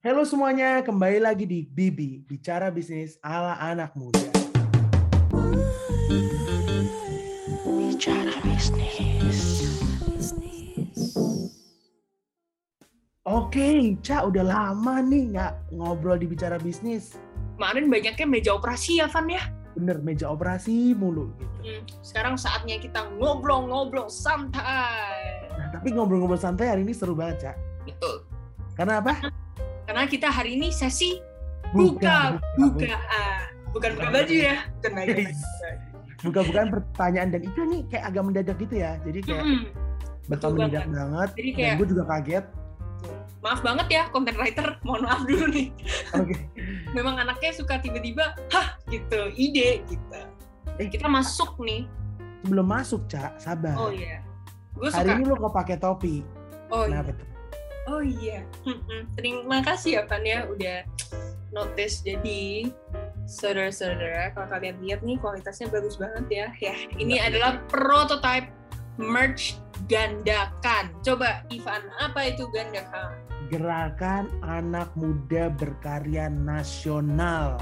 Halo semuanya, kembali lagi di Bibi, bicara bisnis ala anak muda. Bicara bisnis. Oke, Ca, udah lama nih nggak ngobrol di bicara bisnis. Kemarin banyaknya meja operasi ya, Van ya? Bener, meja operasi mulu gitu. Sekarang saatnya kita ngobrol-ngobrol santai. Nah, tapi ngobrol-ngobrol santai hari ini seru banget, Ca. Betul. Karena apa? Karena kita hari ini sesi Buka. buka-bukaan. Bukan buka baju ya. Bukan baju. Buka-bukaan pertanyaan, dan itu nih kayak agak mendadak gitu ya. Jadi kayak bakal Betul mendadak banget. Jadi Dan kayak gue juga kaget. maaf banget ya, content writer. Mohon maaf dulu nih. Oke. Memang anaknya suka tiba-tiba, gitu, ide gitu. Kita masuk nih. Sebelum masuk, Ca, sabar. Oh iya. Gue Hari suka. ini lo kok pakai topi. Oh Kenapa iya. tuh? Oh iya. Terima kasih ya Pan ya udah notice. Jadi saudara-saudara, kalau kalian lihat nih kualitasnya bagus banget ya. Ya, ini adalah prototype merch Gandakan. Coba Ivan, apa itu Gandakan? Gerakan Anak Muda Berkarya Nasional.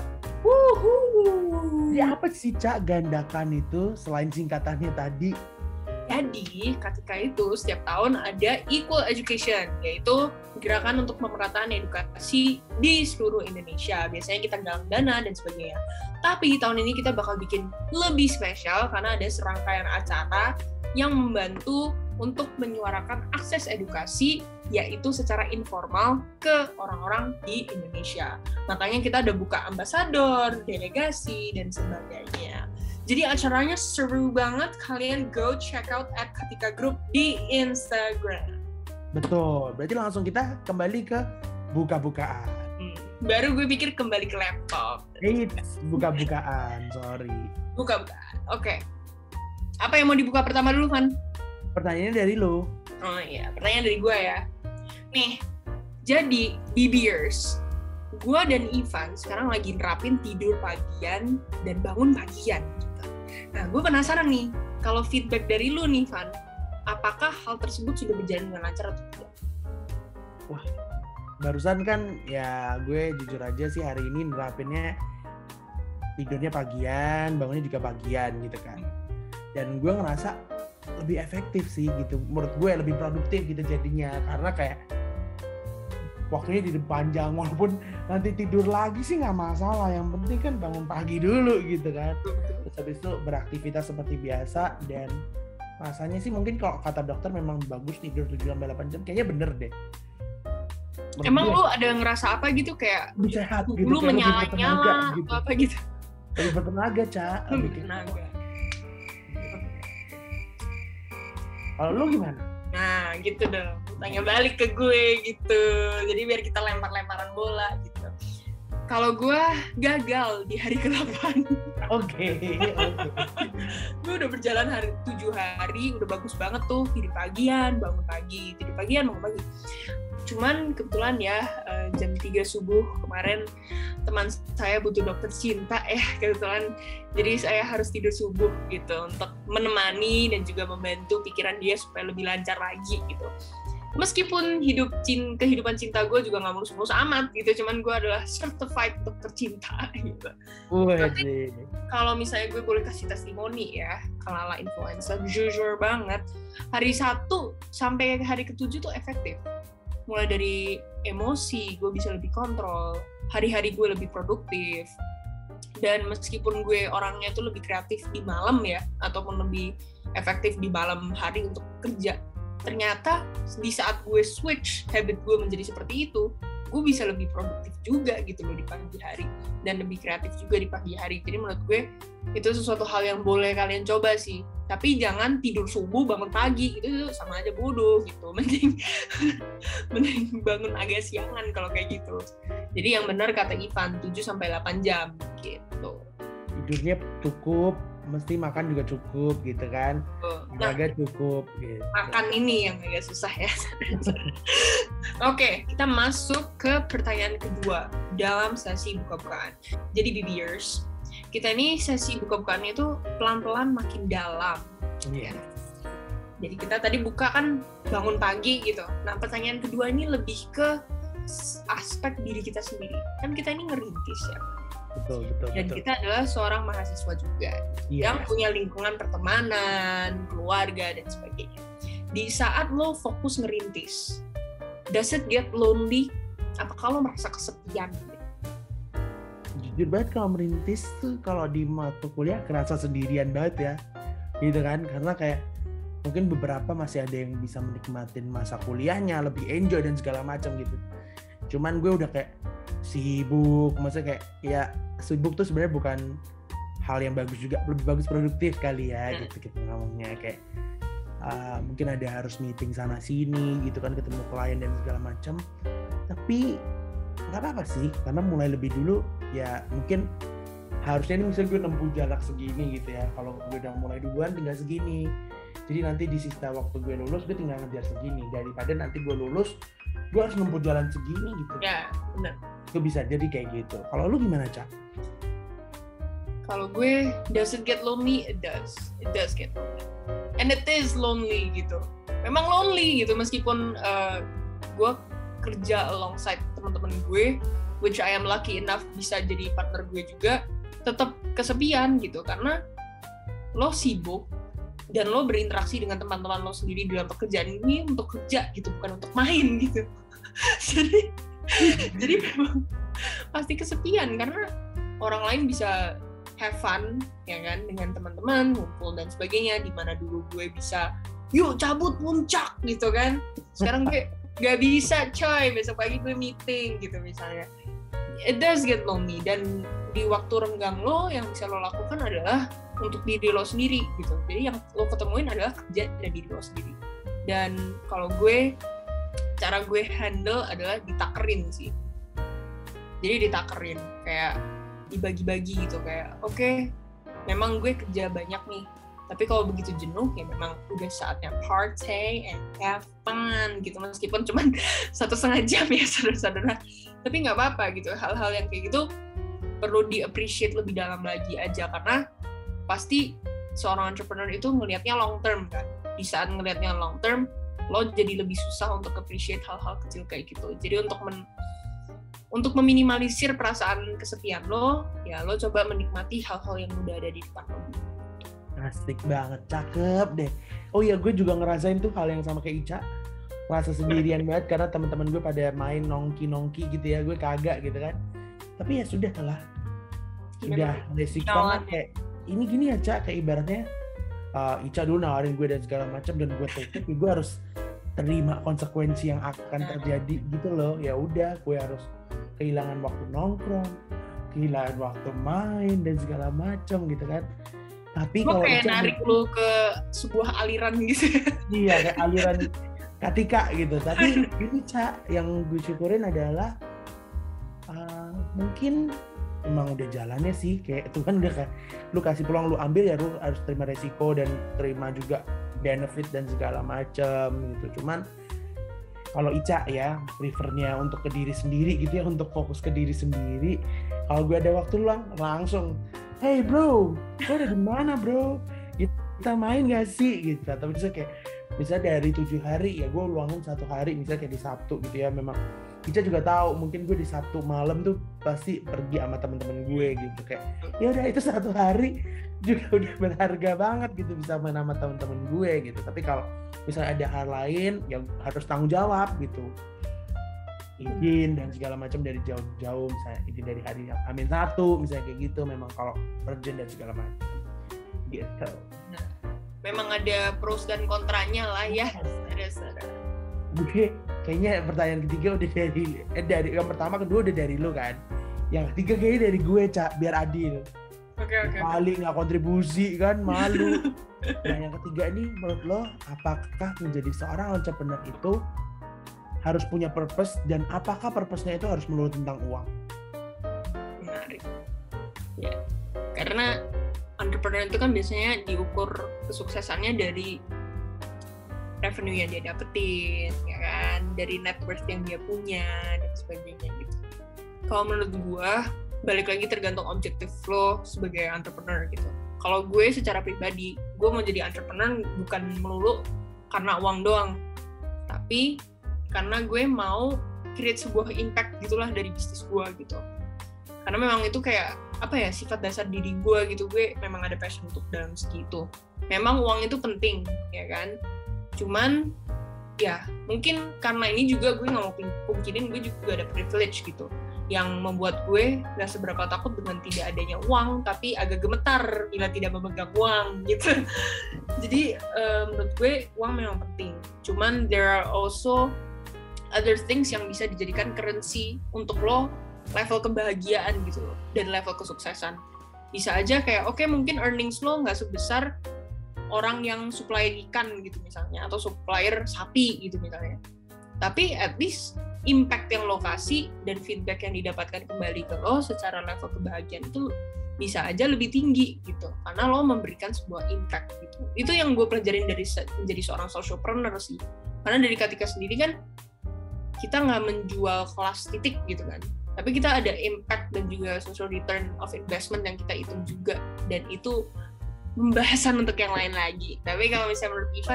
Wuhuu. Jadi apa sih, Cak, Gandakan itu selain singkatannya tadi? Jadi ketika itu setiap tahun ada Equal Education, yaitu gerakan untuk pemerataan edukasi di seluruh Indonesia. Biasanya kita galang dana dan sebagainya. Tapi tahun ini kita bakal bikin lebih spesial karena ada serangkaian acara yang membantu untuk menyuarakan akses edukasi, yaitu secara informal ke orang-orang di Indonesia. Makanya kita ada buka ambasador, delegasi, dan sebagainya. Jadi acaranya seru banget, kalian go check out at Ketika Group di Instagram. Betul, berarti langsung kita kembali ke buka-bukaan. Baru gue pikir kembali ke laptop. Buka-bukaan, sorry. Buka-bukaan, oke. Apa yang mau dibuka pertama dulu, Van? Pertanyaannya dari lo. Oh iya, pertanyaan dari gue ya. Nih, jadi BBers, gue dan Ivan sekarang lagi nerapin tidur pagian dan bangun pagian. Gitu. Nah, gue penasaran nih, kalau feedback dari lu nih, Van, apakah hal tersebut sudah berjalan dengan lancar atau tidak? Wah, barusan kan ya gue jujur aja sih hari ini nerapinnya tidurnya pagian, bangunnya juga pagian gitu kan. Dan gue ngerasa lebih efektif sih gitu. Menurut gue lebih produktif gitu jadinya. Karena kayak waktunya tidur panjang, walaupun nanti tidur lagi sih nggak masalah. Yang penting kan bangun pagi dulu gitu kan. Terus habis itu beraktivitas seperti biasa, dan rasanya sih mungkin kalau kata dokter memang bagus tidur 7-8 jam. Kayaknya bener deh. Menurut emang gue, lu ada ngerasa apa gitu kayak lebih sehat gitu, lu kayak lebih menyala-nyala gitu. atau apa gitu? Lebih bertenaga, Ca. Bertenaga. Kalau lu gimana? Nah, gitu dong. Tanya balik ke gue gitu. Jadi biar kita lempar-lemparan bola gitu. Kalau gue gagal di hari ke-8. Oke. Gue udah berjalan 7 hari, udah bagus banget tuh. Tidur pagian, bangun pagi. Tidur pagian, bangun pagi. Cuman kebetulan ya, jam 3 subuh kemarin teman saya butuh dokter cinta ya kebetulan. Jadi saya harus tidur subuh gitu untuk menemani dan juga membantu pikiran dia supaya lebih lancar lagi gitu. Meskipun kehidupan cinta gue juga nggak mulus-mulus amat gitu, cuman gue adalah certified dokter cinta gitu. Tapi kalau misalnya gue boleh kasih testimoni ya, ala influencer, jujur banget, hari 1 sampai hari ke-7 tuh efektif. Mulai dari emosi, gue bisa lebih kontrol, hari-hari gue lebih produktif, dan meskipun gue orangnya tuh lebih kreatif di malam ya, ataupun lebih efektif di malam hari untuk kerja, ternyata di saat gue switch habit gue menjadi seperti itu, gue bisa lebih produktif juga gitu loh di pagi hari, dan lebih kreatif juga di pagi hari. Jadi menurut gue itu sesuatu hal yang boleh kalian coba sih, tapi jangan tidur subuh bangun pagi, itu sama aja bodoh gitu. Mending bangun agak siangan kalau kayak gitu. Jadi yang benar kata Ivan, 7-8 jam gitu. Tidurnya cukup, mesti makan juga cukup gitu kan. Olahraga cukup gitu. Makan ini yang agak susah ya. Oke, kita masuk ke pertanyaan kedua dalam sesi buka-bukaan. Jadi BBers, kita ini sesi buka-bukaannya itu pelan-pelan makin dalam. Iya. Jadi kita tadi buka kan bangun pagi gitu. Nah, pertanyaan kedua ini lebih ke aspek diri kita sendiri. Kan kita ini ngerintis ya. Betul. Dan kita adalah seorang mahasiswa juga yang punya lingkungan pertemanan, keluarga dan sebagainya. Di saat lo fokus ngerintis, does it get lonely? Apakah lo merasa kesepian? Jujur banget kalau merintis tuh kalau di mata kuliah kerasa sendirian banget ya, gitu kan? Karena kayak mungkin beberapa masih ada yang bisa menikmatin masa kuliahnya, lebih enjoy dan segala macam gitu. Cuman gue udah kayak sibuk, maksudnya kayak ya sibuk tuh sebenarnya bukan hal yang bagus juga, lebih bagus produktif kali ya gitu kita ngomongnya kayak mungkin ada harus meeting sana sini gitu kan, ketemu klien dan segala macam. Tapi nggak apa-apa sih, karena mulai lebih dulu ya mungkin harusnya ini misalnya gue nempuh jarak segini gitu ya, kalau gue udah mulai duluan tinggal segini, jadi nanti di sisa waktu gue lulus gue tinggal ngejar segini, daripada nanti gue lulus gue harus nempuh jalan segini gitu. Ya benar, itu bisa jadi kayak gitu. Kalau lu gimana, Cak? Kalau gue, does it get lonely? It does get lonely, and it is lonely gitu. Memang lonely gitu, meskipun gue kerja alongside teman-teman gue, which I am lucky enough bisa jadi partner gue juga, tetap kesepian gitu, karena lo sibuk dan lo berinteraksi dengan teman-teman lo sendiri dalam pekerjaan ini untuk kerja gitu, bukan untuk main gitu. jadi memang pasti kesepian karena orang lain bisa have fun ya kan dengan teman-teman, ngumpul dan sebagainya, di mana dulu gue bisa yuk cabut puncak gitu kan, sekarang gue gak bisa coy, besok pagi gue meeting gitu misalnya. It does get lonely, dan di waktu renggang lo yang bisa lo lakukan adalah untuk diri lo sendiri gitu. Jadi yang lo ketemuin adalah kerja dan diri lo sendiri. Dan kalau gue, cara gue handle adalah ditakerin sih. Jadi ditakerin, kayak dibagi-bagi gitu, kayak oke, memang gue kerja banyak nih, tapi kalau begitu jenuh ya memang udah saatnya party and have fun gitu, meskipun cuma 1,5 jam ya saudara-saudara, tapi nggak apa-apa gitu. Hal-hal yang kayak gitu perlu di-appreciate lebih dalam lagi aja, karena pasti seorang entrepreneur itu ngelihatnya long term kan. Di saat ngelihatnya long term, lo jadi lebih susah untuk appreciate hal-hal kecil kayak gitu. Jadi untuk meminimalisir perasaan kesepian lo, ya lo coba menikmati hal-hal yang udah ada di depan lo. Asik banget, cakep deh. Oh iya, gue juga ngerasain tuh hal yang sama kayak Ica, merasa sendirian banget karena teman-teman gue pada main nongki gitu ya, gue kagak gitu kan. Tapi ya sudah lah, udah resiko banget kayak ini gini ya Cak, kayak ibaratnya Ica dulu nawarin gue dan segala macam, dan gue tutup, gue harus terima konsekuensi yang akan terjadi gitu loh. Ya udah, gue harus kehilangan waktu nongkrong, kehilangan waktu main dan segala macam gitu kan. Tapi kalau kayak narik lu ke sebuah aliran gitu. Iya, kayak aliran Katika gitu. Tapi ini Cak, yang gue syukurin adalah mungkin emang udah jalannya sih, kayak itu kan udah kayak lu kasih peluang, lu ambil ya lu harus terima resiko dan terima juga benefit dan segala macam gitu. Cuman kalau Ica ya prefernya untuk ke diri sendiri gitu ya, untuk fokus ke diri sendiri. Kalau gue ada waktu luang langsung, hey bro, lo ada di mana bro? Kita main gak sih gitu. Atau misalnya dari 7 hari ya gue luangin 1 hari, misalnya kayak di Sabtu gitu ya. Memang Ica juga tahu mungkin gue di Sabtu malam tuh pasti pergi sama temen-temen gue gitu, kayak ya udah itu 1 hari juga udah berharga banget gitu, bisa main sama temen-temen gue gitu. Tapi kalau misalnya ada hal lain yang harus tanggung jawab gitu, izin dan segala macam dari jauh-jauh, misalnya izin dari hari H-1 misalnya kayak gitu, memang kalau urgent dan segala macam gitu. Nah, memang ada pros dan kontranya lah ya. Ada. Oke, kayaknya pertanyaan ketiga udah dari yang pertama, kedua udah dari lu kan. Yang ketiga kayaknya dari gue, Cak, biar adil. Oke. Paling nggak kontribusi kan, malu. Nah, yang ketiga ini menurut lo, apakah menjadi seorang entrepreneur itu harus punya purpose, dan apakah purpose-nya itu harus melulu tentang uang? Menarik. Ya, karena entrepreneur itu kan biasanya diukur kesuksesannya dari revenue yang dia dapetin, ya kan, dari net worth yang dia punya dan sebagainya gitu. Kalau menurut gue, balik lagi tergantung objektif lo sebagai entrepreneur gitu. Kalau gue secara pribadi, gue mau jadi entrepreneur bukan melulu karena uang doang, tapi karena gue mau create sebuah impact gitulah dari bisnis gue gitu. Karena memang itu kayak sifat dasar diri gue gitu, gue memang ada passion untuk dalam segi itu. Memang uang itu penting ya kan, cuman ya mungkin karena ini juga gue nggak mau pungkirin, gue juga ada privilege gitu yang membuat gue nggak seberapa takut dengan tidak adanya uang, tapi agak gemetar bila tidak memegang uang gitu. Jadi menurut gue uang memang penting, cuman there are also other things yang bisa dijadikan currency untuk lo level kebahagiaan gitu loh, dan level kesuksesan. Bisa aja kayak mungkin earnings lo nggak sebesar orang yang supplier ikan gitu misalnya, atau supplier sapi gitu misalnya, tapi at least impact yang lo kasih dan feedback yang didapatkan kembali ke lo secara level kebahagiaan itu bisa aja lebih tinggi gitu, karena lo memberikan sebuah impact gitu. Itu yang gue pelajarin dari menjadi seorang socialpreneur sih, karena dari Katika sendiri kan kita nggak menjual kelas titik gitu kan, tapi kita ada impact dan juga social return of investment yang kita hitung juga, dan itu pembahasan untuk yang lain lagi. Tapi kalau misalnya menurut Ivan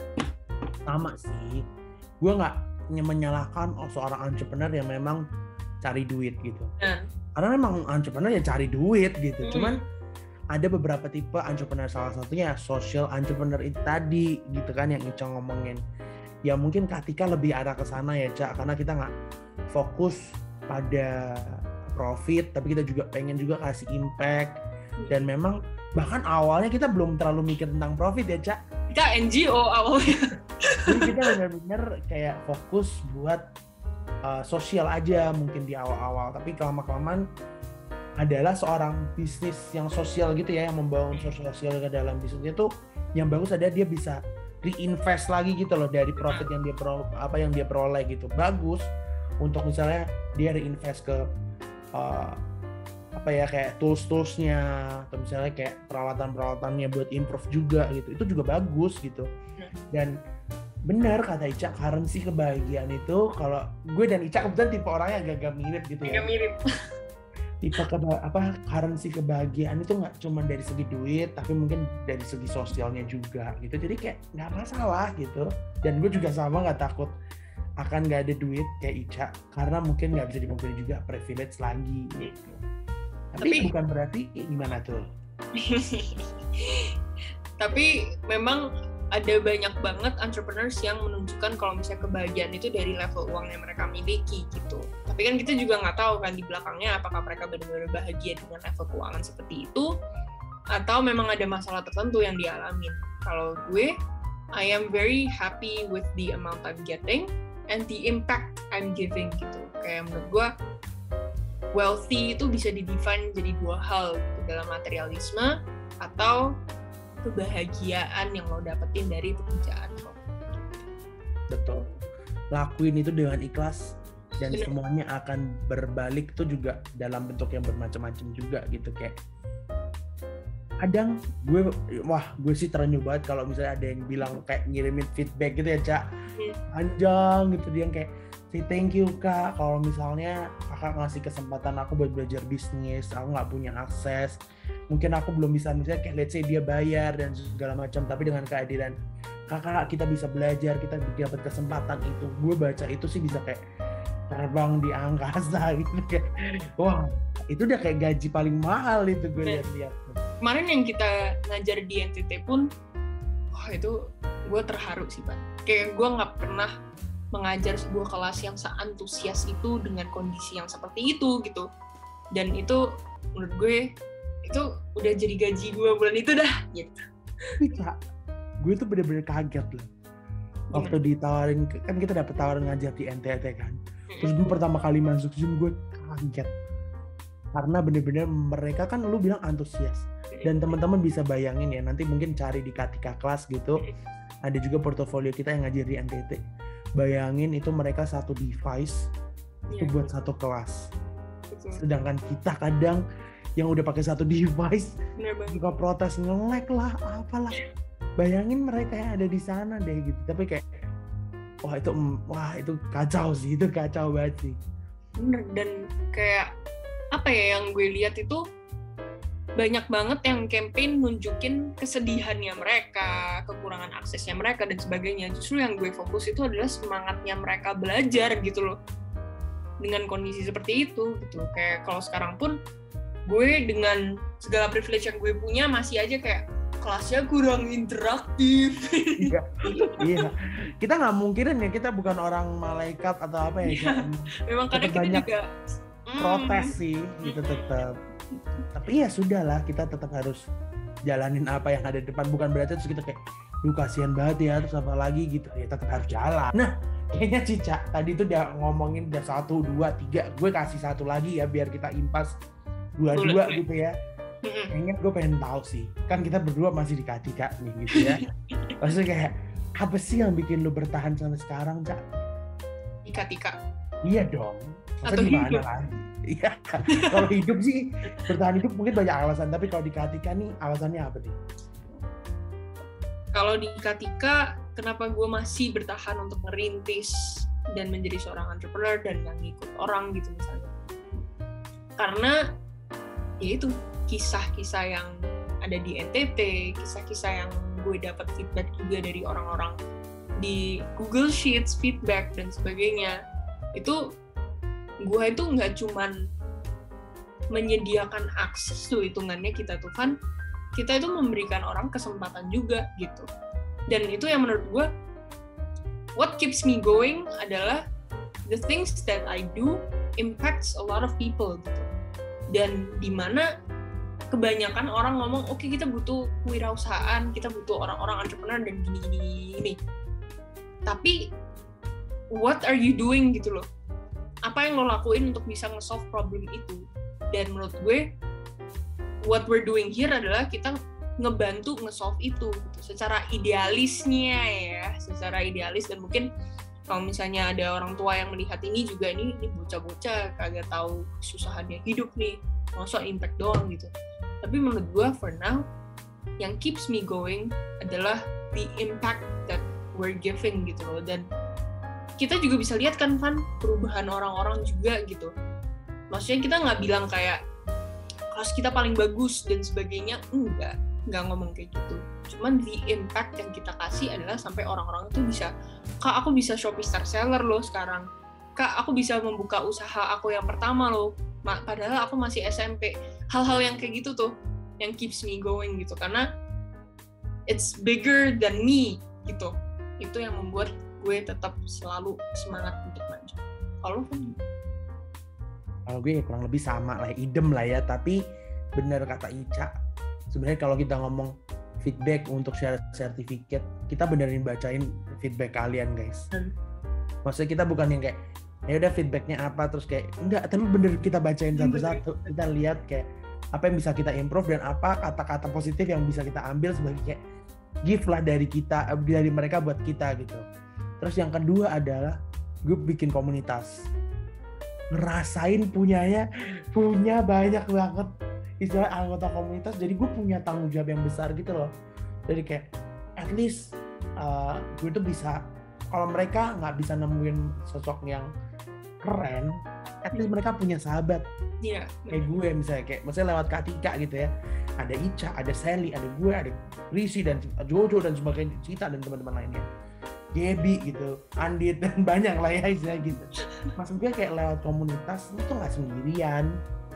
sama sih, gue nggak menyalahkan seorang entrepreneur yang memang cari duit gitu. Karena memang entrepreneur ya cari duit gitu. Cuman ada beberapa tipe entrepreneur, salah satunya social entrepreneur itu tadi gitu kan yang Ica ngomongin. Ya mungkin Katika lebih arah ke sana ya Ca, karena kita nggak fokus pada profit, tapi kita juga pengen juga kasih impact. Dan memang bahkan awalnya kita belum terlalu mikir tentang profit ya Ca. Kita NGO awalnya. Jadi kita benar-benar kayak fokus buat sosial aja mungkin di awal-awal, tapi kelama-kelamaan adalah seorang bisnis yang sosial gitu ya, yang membangun sosial ke dalam bisnisnya tuh yang bagus ada dia bisa reinvest lagi gitu loh dari profit yang dia peroleh gitu. Bagus untuk misalnya dia reinvest ke kayak tools-toolsnya, atau misalnya kayak peralatan-peralatannya buat improve juga gitu. Itu juga bagus gitu. Dan benar kata Ica, currency kebahagiaan itu, kalau gue dan Ica kebetulan tipe orangnya agak mirip gitu ya. Agak mirip. Tipe currency kebahagiaan itu nggak cuma dari segi duit, tapi mungkin dari segi sosialnya juga gitu. Jadi kayak nggak masalah gitu. Dan gue juga sama, nggak takut akan nggak ada duit kayak Ica, karena mungkin nggak bisa dipungkiri juga privilege lagi gitu. Tapi bukan berarti gimana tuh. Tapi memang ada banyak banget entrepreneurs yang menunjukkan kalau misalnya kebahagiaan itu dari level uang yang mereka miliki gitu. Tapi kan kita juga nggak tahu kan di belakangnya apakah mereka benar-benar bahagia dengan level keuangan seperti itu, atau memang ada masalah tertentu yang dialamin. Kalau gue, I am very happy with the amount I'm getting and the impact I'm giving gitu. Kayak menurut gue, wealthy itu bisa didefine jadi dua hal gitu, dalam materialisme atau kebahagiaan yang lo dapetin dari pekerjaan lo. Betul. Lakuin itu dengan ikhlas dan semuanya akan berbalik tuh juga dalam bentuk yang bermacam-macam juga gitu. Kayak kadang gue sih terenyuh banget kalau misalnya ada yang bilang kayak ngirimin feedback gitu ya Cak, panjang gitu, dia yang kayak say thank you Kak, kalau misalnya Kakak ngasih kesempatan aku buat belajar bisnis, aku nggak punya akses, mungkin aku belum bisa, misalnya kayak let's say dia bayar dan segala macam, tapi dengan kehadiran Kakak kita bisa belajar, kita dapat kesempatan itu. Gue baca itu sih bisa kayak terbang di angkasa gitu, kayak wah itu udah kayak gaji paling mahal itu gue lihat-lihat. Kemarin yang kita ngajar di NTT pun, wah itu gue terharu sih Pak. Kayak gue nggak pernah mengajar sebuah kelas yang seantusias itu dengan kondisi yang seperti itu gitu. Dan itu menurut gue itu udah jadi gaji gue bulan itu dah gitu. Kak, gue tuh bener-bener kaget loh. Waktu ditawarin, kan kita dapet tawaran ngajar di NTT kan. Terus gue pertama kali masuk Zoom gue kaget. Karena bener-bener mereka kan lu bilang antusias. Dan teman-teman bisa bayangin ya, nanti mungkin cari di Katika kelas gitu. Ada juga portofolio kita yang ngajar di NTT. Bayangin itu mereka satu device itu buat satu kelas. Sedangkan kita kadang yang udah pakai satu device juga protes, nge-lag lah, apalah. Bayangin mereka yang ada di sana deh gitu. Tapi kayak wah itu kacau sih, itu kacau banget sih. Bener, dan kayak apa ya yang gue lihat itu banyak banget yang campaign nunjukin kesedihannya mereka, kekurangan aksesnya mereka dan sebagainya. Justru yang gue fokus itu adalah semangatnya mereka belajar gitu loh. dengan kondisi seperti itu gitu. Kayak kalau sekarang pun gue dengan segala privilege yang gue punya masih aja kayak kelasnya kurang interaktif. Iya. Kita nggak mungkirin ya, kita bukan orang malaikat atau apa ya. Iya. Memang kadang kita juga protes sih gitu tetap. Tapi ya sudahlah, kita tetap harus jalanin apa yang ada di depan. Bukan berarti terus kita kayak, kasihan banget ya, terus apa lagi gitu. Ya tetap harus jalan. Nah, kayaknya Cica tadi tuh udah ngomongin udah 1, 2, 3. Gue kasih satu lagi ya biar kita impas 2 gitu ya. Kayaknya gue pengen tahu sih, kan kita berdua masih di Katika nih gitu ya. Maksudnya kayak apa sih yang bikin lu bertahan sampai sekarang, Cak? Di Katika? Iya dong. Masa atau gimana hidup lagi? Iya. Kalau hidup sih, bertahan hidup mungkin banyak alasan, tapi kalau di Katika nih alasannya apa nih? Kalau di Katika, kenapa gue masih bertahan untuk merintis dan menjadi seorang entrepreneur dan nggak ngikut orang gitu misalnya? Karena ya itu kisah-kisah yang ada di NTT, kisah-kisah yang gue dapat feedback juga dari orang-orang di Google Sheets, feedback dan sebagainya. Itu gue itu nggak cuman menyediakan akses tuh hitungannya kita tuh kan, kita itu memberikan orang kesempatan juga gitu. Dan itu yang menurut gue what keeps me going adalah the things that I do impacts a lot of people gitu. Dan dimana kebanyakan orang ngomong, oke, kita butuh kewirausahaan, kita butuh orang-orang entrepreneur dan gini. Tapi what are you doing gitu loh? Apa yang lo lakuin untuk bisa nge-solve problem itu? Dan menurut gue, what we're doing here adalah kita ngebantu nge-solve itu gitu. Secara idealisnya ya, secara idealis. Dan mungkin kalau misalnya ada orang tua yang melihat ini juga, ini bocah-bocah kagak tahu kesusahannya hidup nih, masa impact doang gitu. Tapi menurut gue for now, yang keeps me going adalah the impact that we're giving gitu loh. Dan kita juga bisa lihat kan Van, perubahan orang-orang juga gitu. Maksudnya kita nggak bilang kayak kelas kita paling bagus dan sebagainya, nggak ngomong kayak gitu. Cuman the impact yang kita kasih adalah sampai orang-orang itu bisa, Kak aku bisa Shopee Star Seller loh sekarang, Kak aku bisa membuka usaha aku yang pertama loh, padahal aku masih SMP. Hal-hal yang kayak gitu tuh yang keeps me going gitu, karena it's bigger than me gitu. Itu yang membuat gue tetap selalu semangat untuk maju. Kalau kan? Kalau gue kurang lebih sama lah, idem lah ya. Tapi benar kata Ica, sebenarnya kalau kita ngomong feedback untuk share sertifikat, kita benerin bacain feedback kalian guys. Maksudnya kita bukan yang kayak ya udah feedbacknya apa terus kayak enggak, tapi bener kita bacain satu-satu. Kita lihat kayak apa yang bisa kita improve dan apa kata-kata positif yang bisa kita ambil sebagai kayak gift lah dari kita, dari mereka buat kita gitu. Terus yang kedua adalah gue bikin komunitas, ngerasain punya banyak banget istilah anggota komunitas, jadi gue punya tanggung jawab yang besar gitu loh. Jadi kayak at least gue tuh bisa, kalau mereka nggak bisa nemuin sosok yang keren, at least mereka punya sahabat. Iya. Kayak gue misalnya, kayak maksudnya lewat Katika gitu ya, ada Ica, ada Sally, ada gue, ada Risi dan Jojo dan sebagainya, Cita dan teman-teman lainnya, Gaby gitu, Andit dan banyak lah ya istilah gitu. Maksud gue kayak lewat komunitas lu tuh nggak sendirian,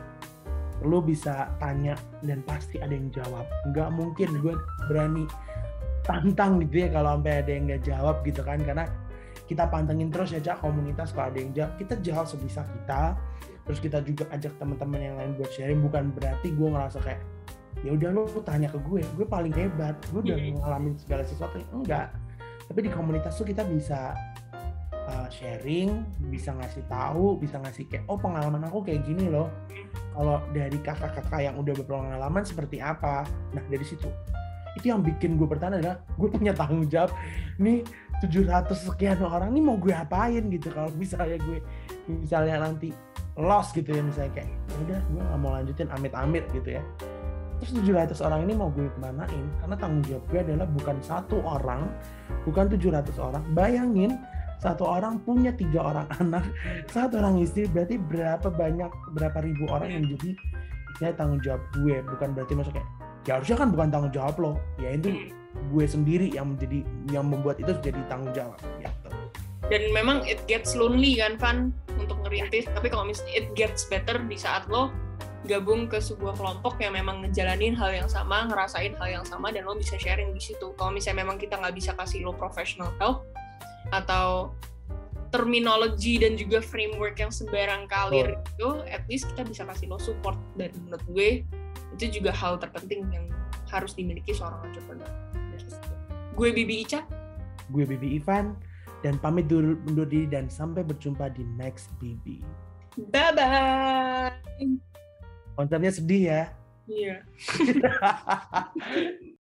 lu bisa tanya dan pasti ada yang jawab. Nggak mungkin gue berani tantang gitu ya kalau sampai ada yang nggak jawab gitu kan, karena kita pantengin terus ya Cak komunitas. Kalau ada yang jawab, kita jawab sebisa kita. Terus kita juga ajak teman-teman yang lain buat sharing. Bukan berarti gue ngerasa kayak ya udah lu tanya ke gue paling hebat, gue udah ngalamin segala sesuatu. Enggak. Tapi di komunitas tuh kita bisa sharing, bisa ngasih tahu, bisa ngasih kayak oh pengalaman aku kayak gini loh. Kalau dari kakak-kakak yang udah berpengalaman seperti apa. Nah dari situ itu yang bikin gue bertanya adalah gue punya tanggung jawab nih, 700 sekian orang nih mau gue apain gitu. Kalau misalnya nanti lost gitu ya, misalnya kayak udah gue gak mau lanjutin amit-amit gitu ya, terus 700 orang ini mau gue kemanain? Karena tanggung jawab gue adalah bukan satu orang, bukan 700 orang. Bayangin satu orang punya 3 orang anak, 1 orang istri, berarti berapa ribu orang yang jadi tanggung jawab gue. Bukan berarti maksudnya kayak ya harusnya kan bukan tanggung jawab lo, ya itu gue sendiri yang membuat itu jadi tanggung jawab gitu. Dan memang it gets lonely kan Van, untuk ngerintis, tapi kalau misalnya it gets better di saat lo gabung ke sebuah kelompok yang memang ngejalanin hal yang sama, ngerasain hal yang sama, dan lo bisa sharing di situ. Kalau misalnya memang kita nggak bisa kasih lo professional help atau terminologi dan juga framework yang sembarang kalir itu, at least kita bisa kasih lo support. Dan menurut gue itu juga hal terpenting yang harus dimiliki seorang entrepreneur. Gue Bibi Ica, gue Bibi Ivan, dan pamit undur diri dan sampai berjumpa di next Bibi. Bye bye. Konsepnya sedih ya. Iya.